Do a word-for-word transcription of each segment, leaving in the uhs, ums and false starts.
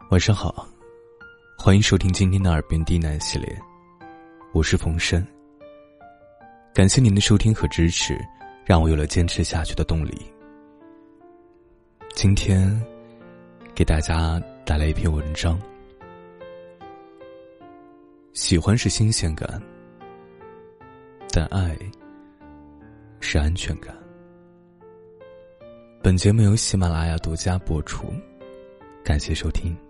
晚上好，欢迎收听今天的耳边低喃系列，我是冯生。感谢您的收听和支持，让我有了坚持下去的动力。今天给大家带来一篇文章，喜欢是新鲜感，但爱是安全感。本节目由喜马拉雅独家播出，感谢收听。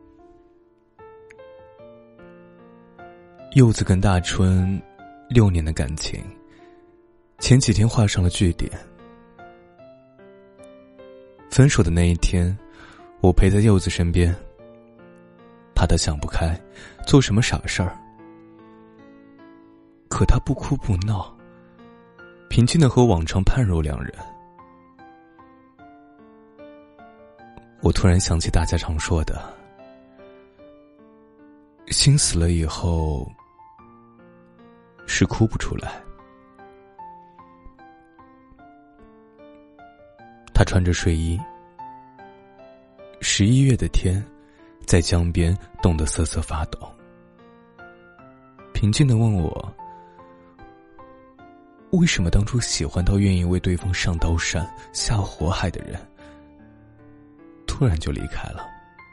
柚子跟大春六年的感情，前几天画上了句点。分手的那一天，我陪在柚子身边，怕他想不开，做什么傻事儿。可他不哭不闹，平静的和往常判若两人。我突然想起大家常说的，心死了以后是哭不出来。他穿着睡衣，十一月的天在江边冻得瑟瑟发抖，平静地问我，为什么当初喜欢到愿意为对方上刀山下火海的人突然就离开了。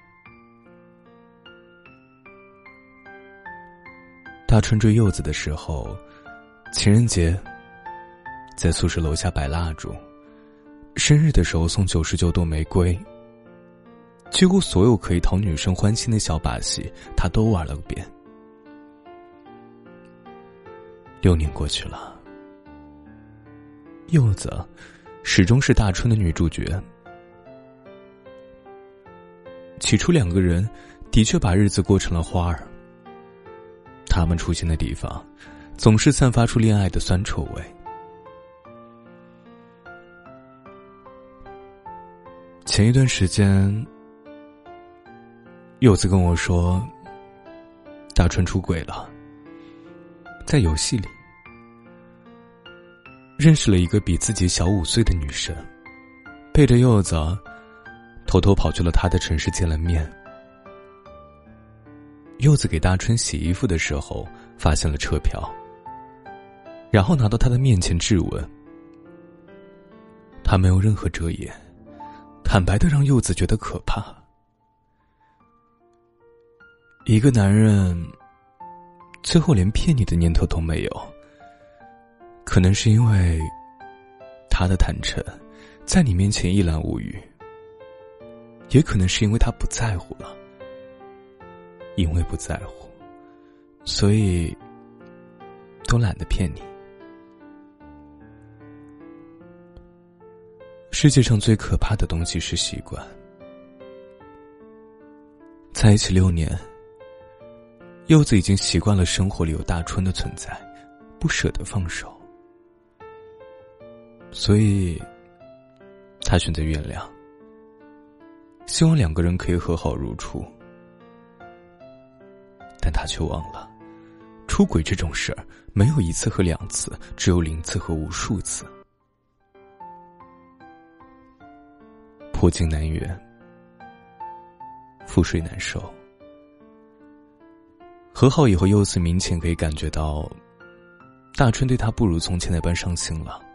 大春追柚子的时候，情人节在宿舍楼下摆蜡烛，生日的时候送九十九朵玫瑰，几乎所有可以讨女生欢心的小把戏他都玩了个遍。六年过去了，柚子始终是大春的女主角。起初两个人的确把日子过成了花儿，他们出现的地方总是散发出恋爱的酸臭味。前一段时间，柚子跟我说大春出轨了，在游戏里认识了一个比自己小五岁的女生，背着柚子偷偷跑去了他的城市见了面。柚子给大春洗衣服的时候发现了车票，然后拿到他的面前质问。他没有任何遮掩，坦白的让柚子觉得可怕。一个男人最后连骗你的念头都没有，可能是因为他的坦诚在你面前一览无余，也可能是因为他不在乎了。因为不在乎，所以都懒得骗你。世界上最可怕的东西是习惯。在一起六年，柚子已经习惯了生活里有大春的存在，不舍得放手，所以他选择原谅，希望两个人可以和好如初。但他却忘了，出轨这种事儿没有一次和两次，只有零次和无数次。破镜难圆，覆水难收。和好以后，柚子明显可以感觉到大春对他不如从前那般上心了。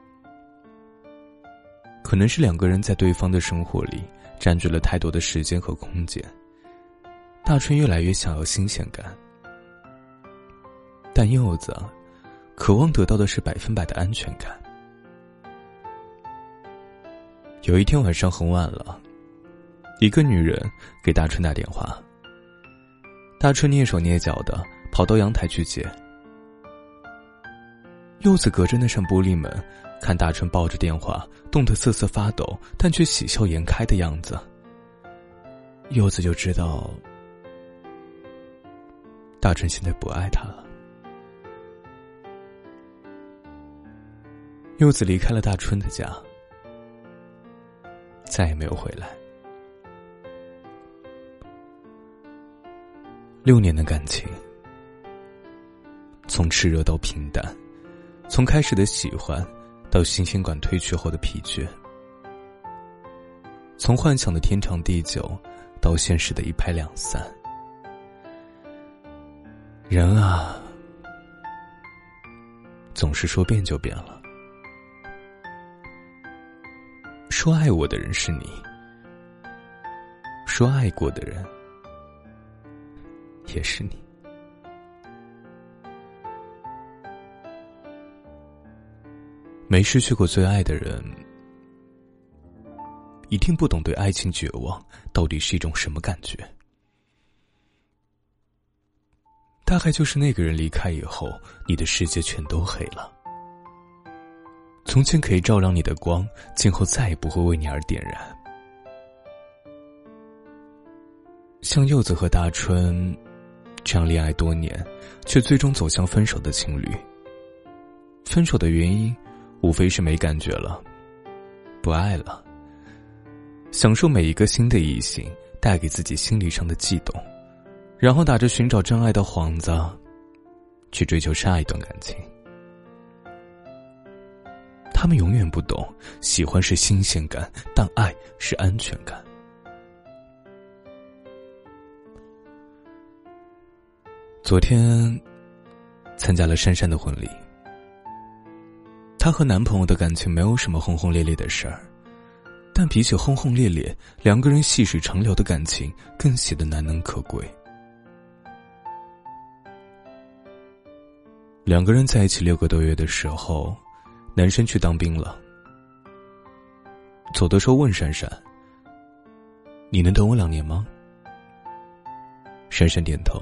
可能是两个人在对方的生活里占据了太多的时间和空间，大春越来越想要新鲜感，但柚子渴望得到的是百分百的安全感。有一天晚上很晚了，一个女人给大春打电话，大春蹑手蹑脚的跑到阳台去接。柚子隔着那扇玻璃门看大春抱着电话冻得瑟瑟发抖，但却喜笑颜开的样子，柚子就知道大春现在不爱他了。柚子离开了大春的家，再也没有回来。六年的感情，从炽热到平淡，从开始的喜欢到新鲜感褪去后的疲倦，从幻想的天长地久到现实的一拍两散。人啊，总是说变就变了。说爱我的人是你，说爱过的人也是你。没失去过最爱的人，一定不懂对爱情绝望到底是一种什么感觉。大概就是那个人离开以后，你的世界全都黑了。从前可以照亮你的光，今后再也不会为你而点燃。像柚子和大春这样恋爱多年却最终走向分手的情侣，分手的原因无非是没感觉了，不爱了，享受每一个新的异性带给自己心理上的悸动，然后打着寻找真爱的幌子去追求下一段感情。他们永远不懂，喜欢是新鲜感，但爱是安全感。昨天参加了珊珊的婚礼，她和男朋友的感情没有什么轰轰烈烈的事儿，但比起轰轰烈烈，两个人细水长流的感情更显得难能可贵。两个人在一起六个多月的时候，男生去当兵了。走的时候问珊珊：“你能等我两年吗？”珊珊点头。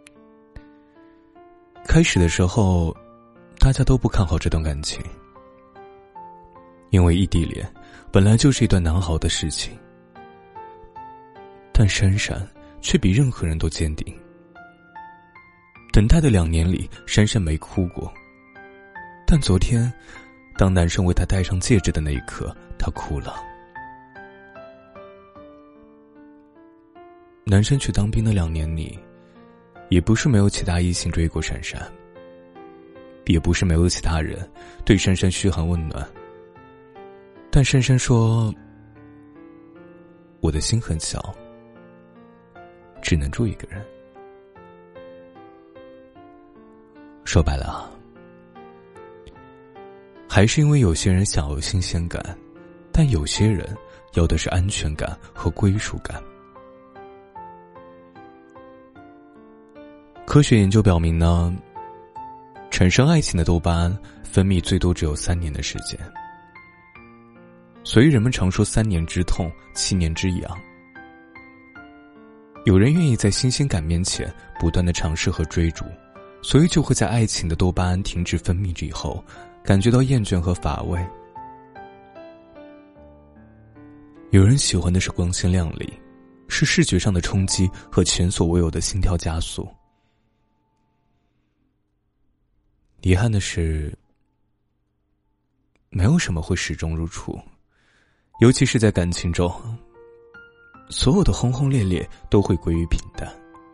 开始的时候，大家都不看好这段感情，因为异地恋本来就是一段难熬的事情。但珊珊却比任何人都坚定。等待的两年里，珊珊没哭过，但昨天当男生为她戴上戒指的那一刻，她哭了。男生去当兵的两年里，也不是没有其他异性追过珊珊，也不是没有其他人对珊珊嘘寒问暖，但珊珊说：“我的心很小，只能住一个人。”说白了啊，还是因为有些人想要新鲜感，但有些人要的是安全感和归属感。科学研究表明呢，产生爱情的多巴胺分泌最多只有三年的时间，所以人们常说三年之痛，七年之痒。有人愿意在新鲜感面前不断的尝试和追逐，所以就会在爱情的多巴胺停止分泌之后，感觉到厌倦和乏味。有人喜欢的是光鲜亮丽，是视觉上的冲击和前所未有的心跳加速。遗憾的是，没有什么会始终如初，尤其是在感情中，所有的轰轰烈烈都会归于平淡。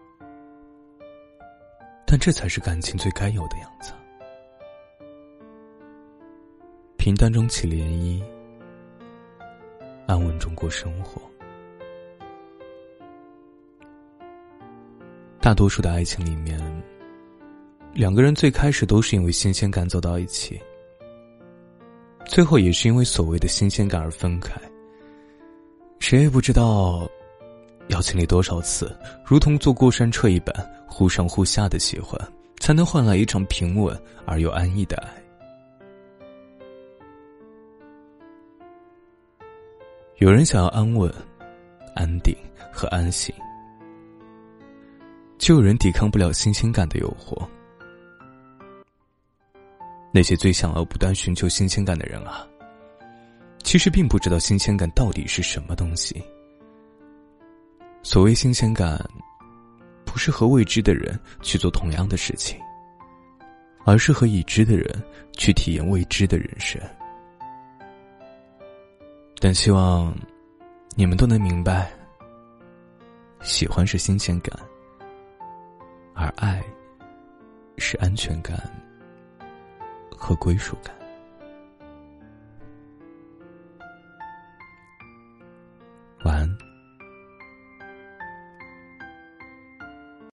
但这才是感情最该有的样子。平淡中起涟漪，安稳中过生活。大多数的爱情里面，两个人最开始都是因为新鲜感走到一起，最后也是因为所谓的新鲜感而分开。谁也不知道要经历多少次如同坐过山车一般忽上忽下的喜欢，才能换来一场平稳而又安逸的爱。有人想要安稳、安定和安心，就有人抵抗不了新鲜感的诱惑。那些最想要不断寻求新鲜感的人啊，其实并不知道新鲜感到底是什么东西。所谓新鲜感，不是和未知的人去做同样的事情，而是和已知的人去体验未知的人生。但希望你们都能明白，喜欢是新鲜感，而爱是安全感和归属感。晚安。